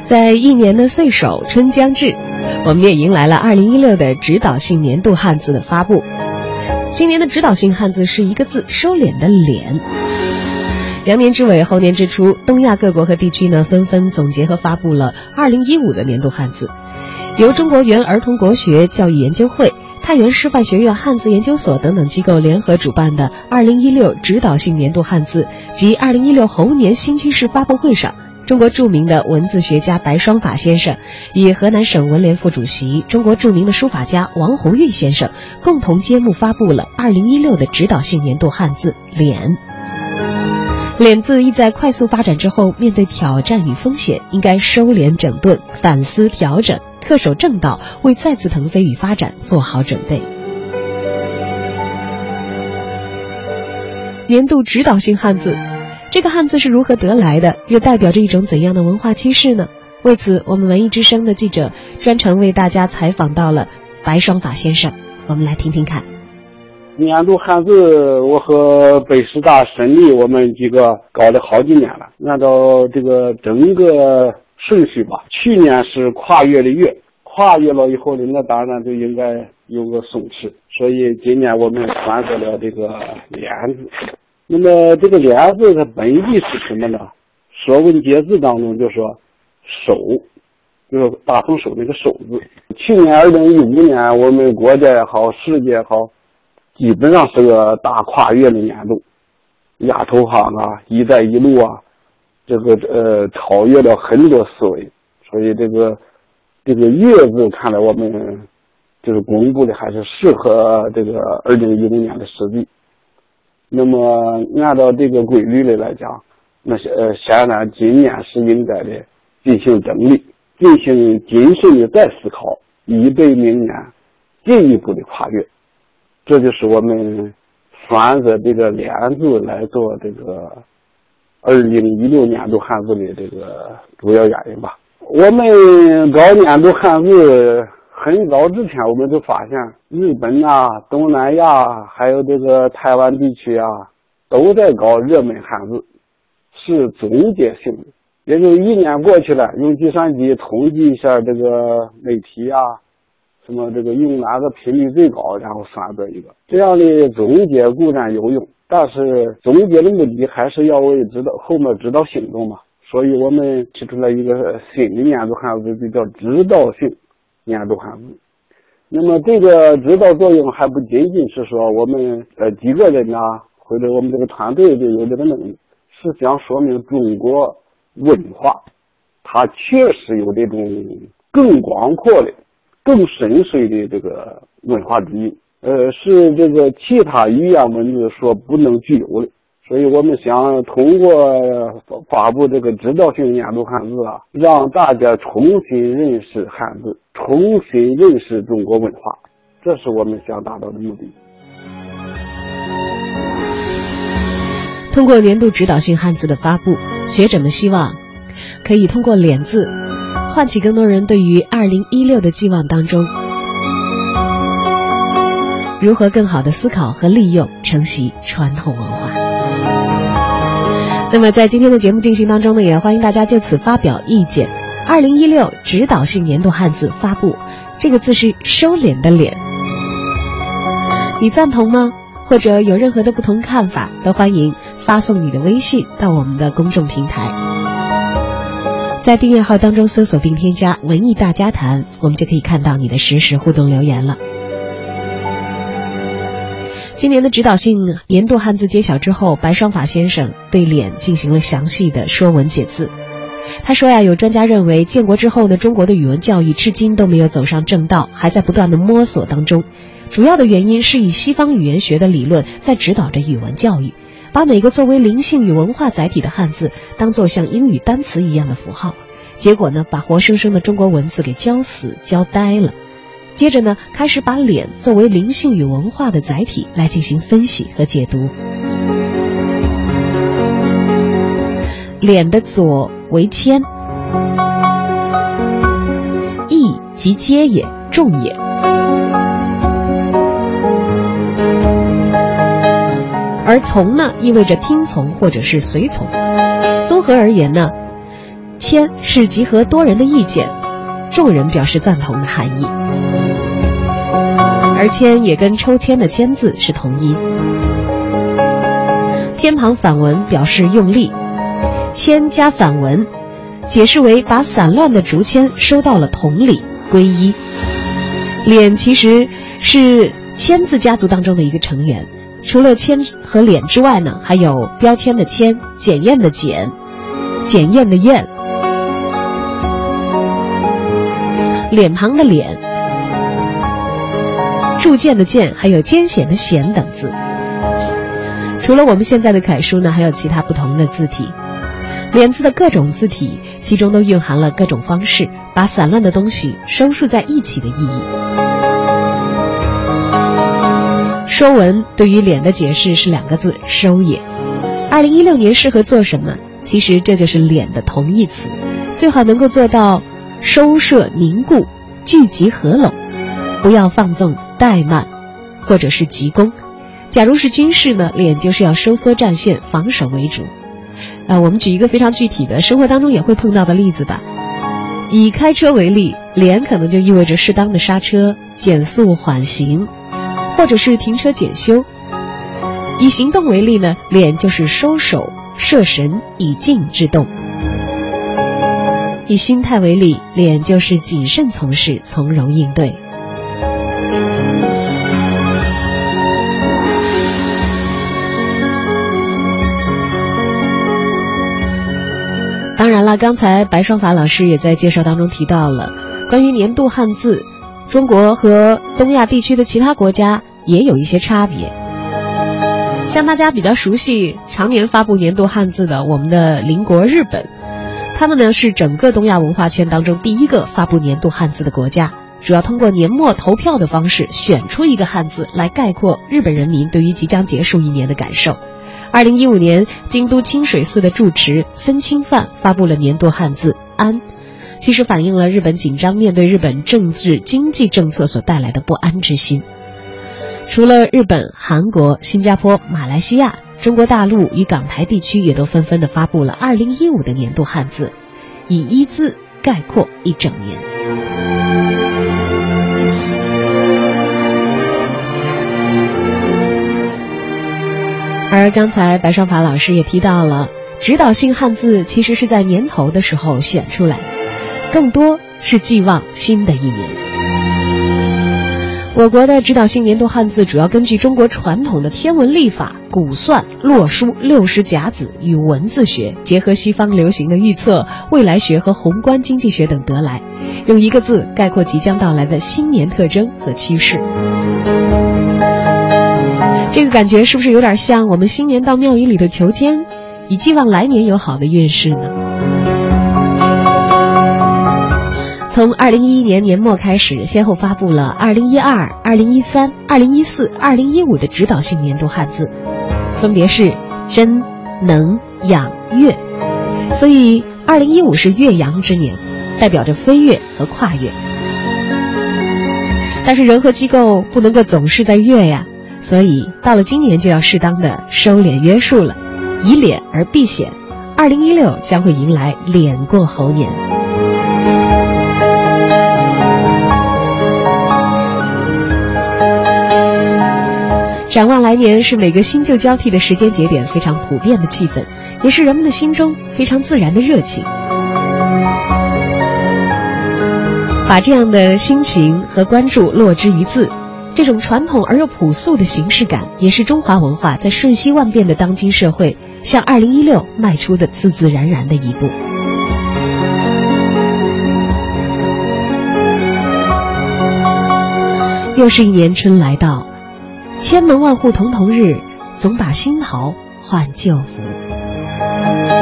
在一年的岁首春将至，我们也迎来了2016的指导性年度汉字的发布。今年的指导性汉字是一个字，收敛的敛。羊年之尾后年之初，东亚各国和地区呢纷纷总结和发布了2015的年度汉字。由中国原儿童国学教育研究会、太原师范学院汉字研究所等等机构联合主办的2016指导性年度汉字及2016猴年新趋势发布会上，中国著名的文字学家白双法先生与河南省文联副主席、中国著名的书法家王鸿运先生共同揭幕发布了2016的指导性年度汉字敛。敛字意在快速发展之后，面对挑战与风险，应该收敛整顿，反思调整，恪守正道，为再次腾飞与发展做好准备。年度指导性汉字，这个汉字是如何得来的，又代表着一种怎样的文化趋势呢？为此，我们文艺之声的记者专程为大家采访到了白双法先生，我们来听听看。 年度汉字，我和北师大省里我们几个搞了好几年了，按照这个整个顺序吧，去年是跨越的越，跨越了以后呢，那当然就应该有个松弛，所以今年我们选择了这个敛字。那么这个敛字它本意是什么呢？说文解字当中就说手，就是大横手那个手字。去年2015年我们国家也好，世界也好，基本上是个大跨越的年度，亚投行啊，一带一路啊，这个超越了很多思维，所以这个越字看来我们就是公布的还是适合这个2015年的时机。那么按照这个规律来讲，那显然今年是应该的进行整理，进行谨慎的再思考，以备明年进一步的跨越。这就是我们选择这个敛字来做这个2016年度汉字的这个主要原因吧。我们搞年度汉字很早之前我们就发现，日本啊、东南亚还有这个台湾地区啊，都在搞热门汉字，是总结性的。也就一年过去了，用计算机统计一下这个媒体啊，什么这个用哪个频率最高，然后选择一个。这样的总结固然有用，但是总结的目的还是要为后面指导行动嘛。所以我们提出了一个新的年度汉字，就叫指导性年度汉字。那么这个指导作用还不仅仅是说我们几个人啊，或者我们这个团队就有这个能力，是想说明中国文化它确实有这种更广阔的、更深邃的这个文化底蕴，是这个其他语言文字所不能具有的。所以我们想通过发布这个指导性年度汉字啊，让大家重新认识汉字，重新认识中国文化，这是我们想达到的目的。 通过年度指导性汉字的发布，学者们希望可以通过敛字唤起更多人对于2016的寄望当中，如何更好的思考和利用承袭传统文化。那么在今天的节目进行当中呢，也欢迎大家就此发表意见。2016指导性年度汉字发布，这个字是收敛的敛，你赞同吗？或者有任何的不同看法，都欢迎发送你的微信到我们的公众平台，在订阅号当中搜索并添加文艺大家谈，我们就可以看到你的实时互动留言了。今年的指导性年度汉字揭晓之后，白双法先生对敛进行了详细的说文解字。他说呀，有专家认为建国之后呢，中国的语文教育至今都没有走上正道，还在不断的摸索当中。主要的原因是以西方语言学的理论在指导着语文教育，把每个作为灵性与文化载体的汉字当作像英语单词一样的符号，结果呢，把活生生的中国文字给教死教呆了。接着呢，开始把敛作为灵性与文化的载体来进行分析和解读。敛的左为谦，义即接也，重也。而从呢，意味着听从或者是随从。综合而言呢， 签是集合多人的意见，众人表示赞同的含义，而签也跟抽签的签字是同音。偏旁反文表示用力，签加反文解释为把散乱的竹签收到了桶里归一。脸其实是签字家族当中的一个成员，除了签和脸之外呢，还有标签的签、检验的检、检验的验、脸庞的脸、铸剑的剑，还有艰险的险等字。除了我们现在的楷书呢，还有其他不同的字体。脸字的各种字体，其中都蕴含了各种方式把散乱的东西收束在一起的意义。说文对于脸的解释是2个字，收也。2016年适合做什么？其实这就是脸的同义词，最好能够做到收摄凝固、聚集合拢，不要放纵怠慢或者是急攻。假如是军事呢，脸就是要收缩战线，防守为主。我们举一个非常具体的生活当中也会碰到的例子吧。以开车为例，脸可能就意味着适当的刹车、减速缓行，或者是停车检修。以行动为例呢，脸就是收手、摄神、以静制动。以心态为例，脸就是谨慎从事、从容应对。当然了，刚才白双法老师也在介绍当中提到了关于年度汉字，中国和东亚地区的其他国家也有一些差别。像大家比较熟悉常年发布年度汉字的我们的邻国日本，他们呢是整个东亚文化圈当中第一个发布年度汉字的国家，主要通过年末投票的方式选出一个汉字来概括日本人民对于即将结束一年的感受。2015年，京都清水寺的住持森清范发布了年度汉字安，其实反映了日本紧张面对日本政治经济政策所带来的不安之心。除了日本、韩国、新加坡、马来西亚，中国大陆与港台地区也都纷纷地发布了2015的年度汉字，以一字概括一整年。而刚才白双法老师也提到了，指导性汉字其实是在年头的时候选出来，更多是寄望新的一年。我国的指导性年度汉字主要根据中国传统的天文历法、古算、洛书、60甲子与文字学，结合西方流行的预测、未来学和宏观经济学等得来，用一个字概括即将到来的新年特征和趋势。这个感觉是不是有点像我们新年到庙宇里头求签，以寄望来年有好的运势呢？从2011年年末开始，先后发布了2012、2013、2014、2015的指导性年度汉字，分别是真、能、养、跃。所以2015是岳阳之年，代表着飞跃和跨越。但是人和机构不能够总是在跃呀，所以到了今年就要适当的收敛约束了，以脸而避险。2016将会迎来脸过猴年。展望来年是每个新旧交替的时间节点非常普遍的气氛，也是人们的心中非常自然的热情。把这样的心情和关注落之于字，这种传统而又朴素的形式感，也是中华文化在瞬息万变的当今社会向2016迈出的自自然然的一步。又是一年春来到，千门万户曈曈日，总把新桃换旧符。